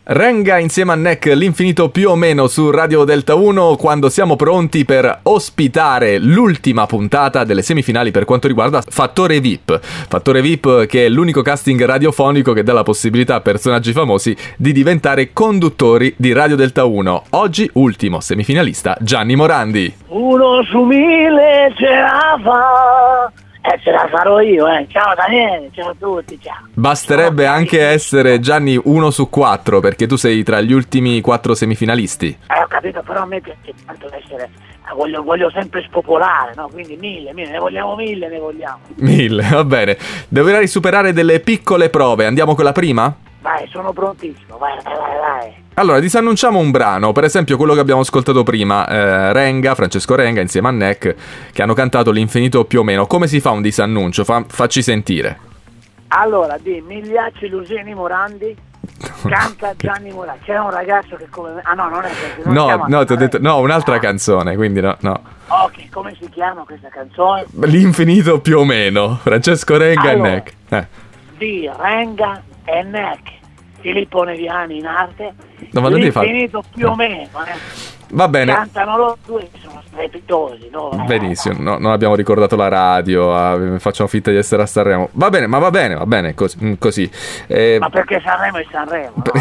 Renga insieme a Neck, l'infinito più o meno su Radio Delta 1, quando siamo pronti per ospitare l'ultima puntata delle semifinali per quanto riguarda Fattore VIP. Fattore VIP, che è l'unico casting radiofonico che dà la possibilità a personaggi famosi di diventare conduttori di Radio Delta 1. Oggi ultimo semifinalista Gianni Morandi. 1 su 1000 ce la fa. Ce la farò io, Ciao Daniele, ciao a tutti, ciao. Basterebbe anche essere Gianni 1 su 4, perché tu sei tra gli ultimi 4 semifinalisti. Ho capito, però a me piace tanto essere, voglio sempre spopolare, no? Quindi 1000, ne vogliamo 1000, ne vogliamo. 1000, va bene. Dovrai superare delle piccole prove, andiamo con la prima? Vai, sono prontissimo, vai. Allora, disannunciamo un brano, per esempio quello che abbiamo ascoltato prima, Francesco Renga insieme a Neck, che hanno cantato L'infinito più o meno. Come si fa un disannuncio? Facci sentire. Allora, di Migliacci Lusini Morandi, canta Gianni Morandi. C'era un ragazzo che come... Ah no, non è questo. No, ti ho detto... No, un'altra canzone, quindi no. Ok, come si chiama questa canzone? L'infinito più o meno, Francesco Renga e Neck. Di Renga e Neck, Filippo Neviani in arte, no, ma L'infinito più o meno, Va bene. Cantano loro due, sono strepitosi, no? Benissimo, non abbiamo ricordato la radio, facciamo finta di essere a Sanremo. Va bene, così. Ma perché Sanremo è Sanremo, no?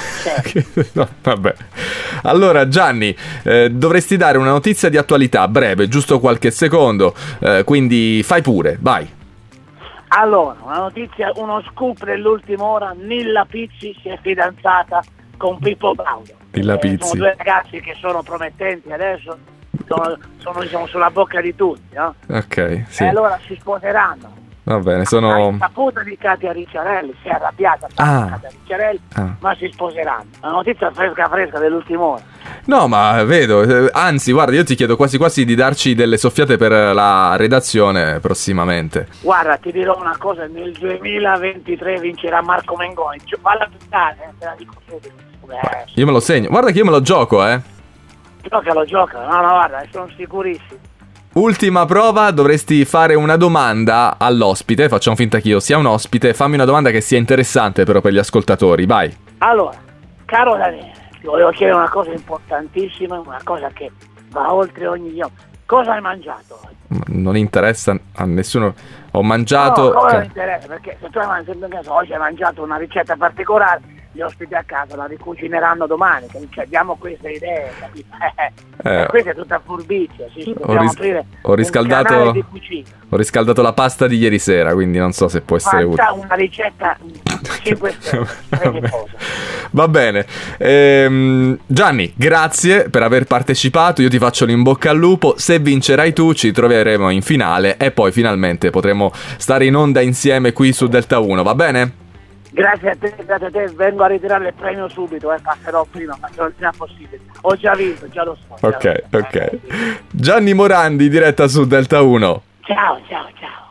No, vabbè. Allora Gianni, dovresti dare una notizia di attualità, breve, giusto qualche secondo, quindi fai pure, vai. Allora, una notizia, uno scoop dell'ultima ora: Nilla Pizzi si è fidanzata con Pippo Baudo. Nilla Pizzi. Sono due ragazzi che sono promettenti adesso, sono diciamo sulla bocca di tutti, no? Ok, sì. E allora si sposeranno. Va bene, La saputa di Katia Ricciarelli, si è arrabbiata Katia Ricciarelli, ma si sposeranno. Una notizia fresca dell'ultima ora. No, ma vedo, anzi guarda, io ti chiedo quasi di darci delle soffiate per la redazione prossimamente. Guarda, ti dirò una cosa: nel 2023 vincerà Marco Mengoni. Valla a puntare, te la dico subito. Io me lo segno, guarda che io me lo gioco, Gioca, no, guarda, sono sicurissimo. Ultima prova, dovresti fare una domanda all'ospite, facciamo finta che io sia un ospite, fammi una domanda che sia interessante però per gli ascoltatori, vai. Allora, caro Daniele, ti volevo chiedere una cosa importantissima, una cosa che va oltre ogni giorno. Cosa hai mangiato oggi? Non interessa a nessuno, ho mangiato... No, non interessa, perché se tu oggi hai mangiato una ricetta particolare, gli ospiti a casa la ricucineranno domani, cioè diamo queste idee, capito? Questa è tutta furbizia, ho riscaldato la pasta di ieri sera, quindi non so se può essere utile. Una ricetta 5 stelle. Va bene, Gianni, grazie per aver partecipato, io ti faccio l'in bocca al lupo, se vincerai tu ci troveremo in finale e poi finalmente potremo stare in onda insieme qui su Delta 1, va bene? Grazie a te, vengo a ritirare il premio subito, passerò prima il prima possibile. Ho già vinto, già lo so. Ok. Gianni Morandi, diretta su Delta 1. Ciao.